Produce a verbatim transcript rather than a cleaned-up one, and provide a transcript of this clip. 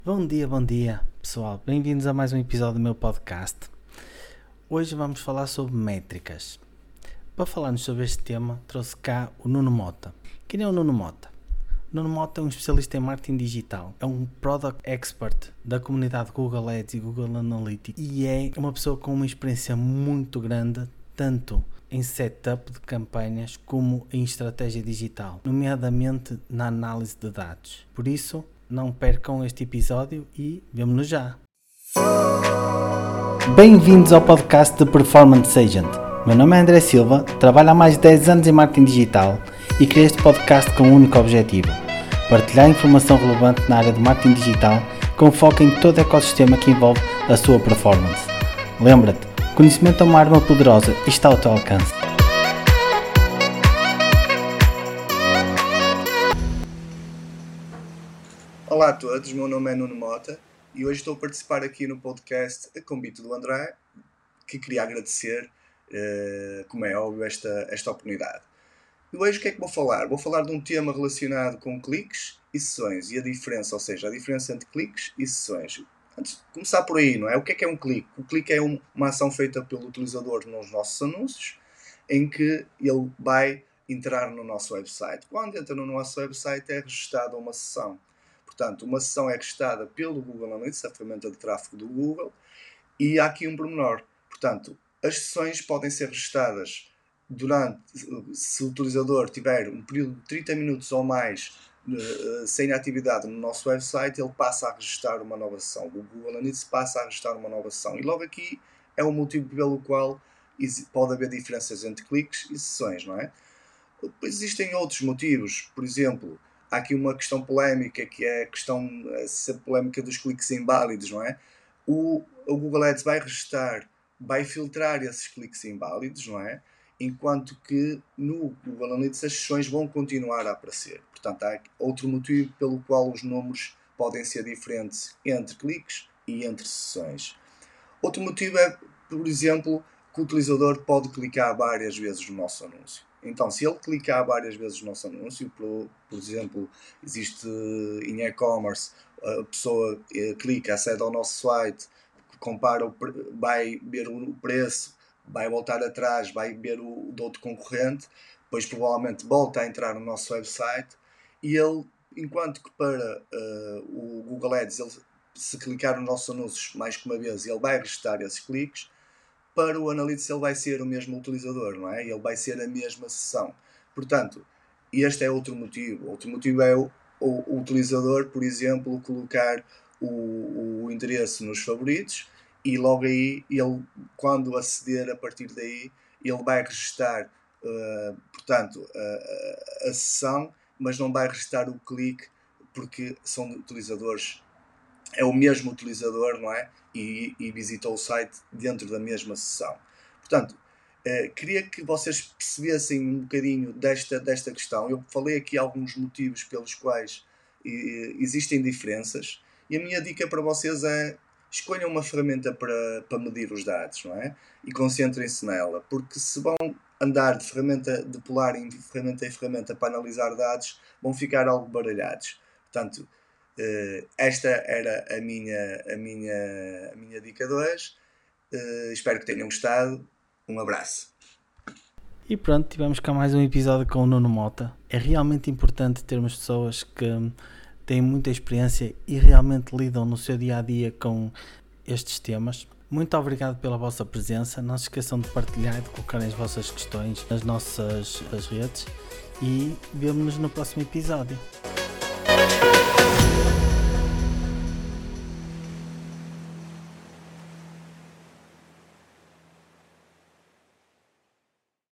Bom dia, bom dia, pessoal. Bem-vindos a mais um episódio do meu podcast. Hoje vamos falar sobre métricas. Para falarmos sobre este tema, trouxe cá o Nuno Mota. Quem é o Nuno Mota? O Nuno Mota é um especialista em marketing digital. É um product expert da comunidade Google Ads e Google Analytics e é uma pessoa com uma experiência muito grande, tanto em setup de campanhas como em estratégia digital, nomeadamente na análise de dados. Por isso, não percam este episódio e vemo-nos já. Bem-vindos ao podcast de Performance Agent. Meu nome é André Silva, trabalho há mais de dez anos em marketing digital e criei este podcast com um único objetivo: partilhar informação relevante na área de marketing digital com foco em todo o ecossistema que envolve a sua performance. Lembra-te, conhecimento é uma arma poderosa e está ao teu alcance. Olá a todos, meu nome é Nuno Mota e hoje estou a participar aqui no podcast a convite do André, que queria agradecer, uh, como é óbvio, esta, esta oportunidade. E hoje o que é que vou falar? Vou falar de um tema relacionado com cliques e sessões e a diferença, ou seja, a diferença entre cliques e sessões. Antes de começar por aí, não é? O que é que é um clique? O clique é um, uma ação feita pelo utilizador nos nossos anúncios, em que ele vai entrar no nosso website. Quando entra no nosso website é registada uma sessão. Portanto, uma sessão é registada pelo Google Analytics, a ferramenta de tráfego do Google, e há aqui um pormenor. Portanto, as sessões podem ser registadas durante, se o utilizador tiver um período de trinta minutos ou mais uh, sem atividade no nosso website, ele passa a registrar uma nova sessão. O Google Analytics passa a registrar uma nova sessão. E logo aqui é o motivo pelo qual pode haver diferenças entre cliques e sessões, não é? Existem outros motivos, por exemplo, há aqui uma questão polémica, que é a questão essa polémica dos cliques inválidos, não é? O, o Google Ads vai registrar, vai filtrar esses cliques inválidos, não é? Enquanto que no Google Analytics as sessões vão continuar a aparecer. Portanto, há outro motivo pelo qual os números podem ser diferentes entre cliques e entre sessões. Outro motivo é, por exemplo, que o utilizador pode clicar várias vezes no nosso anúncio. Então, se ele clicar várias vezes no nosso anúncio, por, por exemplo, existe em e-commerce, a pessoa eh, clica, acede ao nosso site, compara, o, vai ver o preço, vai voltar atrás, vai ver o do outro concorrente, depois provavelmente volta a entrar no nosso website e ele, enquanto que para uh, o Google Ads, ele, se clicar nos nossos anúncios mais que uma vez, ele vai registrar esses cliques. Para o Analytics ele vai ser o mesmo utilizador, não é? Ele vai ser a mesma sessão. Portanto, este é outro motivo. Outro motivo é o, o, o utilizador, por exemplo, colocar o, o endereço nos favoritos e logo aí, ele, quando aceder a partir daí, ele vai registar, uh, portanto, a, a, a sessão, mas não vai registrar o clique porque são utilizadores, é o mesmo utilizador, não é? E, e visitou o site dentro da mesma sessão. Portanto, eh, queria que vocês percebessem um bocadinho desta, desta questão. Eu falei aqui alguns motivos pelos quais eh, existem diferenças e a minha dica para vocês é: escolham uma ferramenta para, para medir os dados, não é? E concentrem-se nela, porque se vão andar de ferramenta de pular em ferramenta em ferramenta para analisar dados, vão ficar algo baralhados. Portanto, Uh, esta era a minha, a minha, a minha dica de hoje. Uh, espero que tenham gostado. Um abraço. E pronto, tivemos cá mais um episódio com o Nuno Mota. É realmente importante termos pessoas que têm muita experiência e realmente lidam no seu dia-a-dia com estes temas. Muito obrigado pela vossa presença. Não se esqueçam de partilhar e de colocar as vossas questões nas nossas as redes. E vemo-nos no próximo episódio.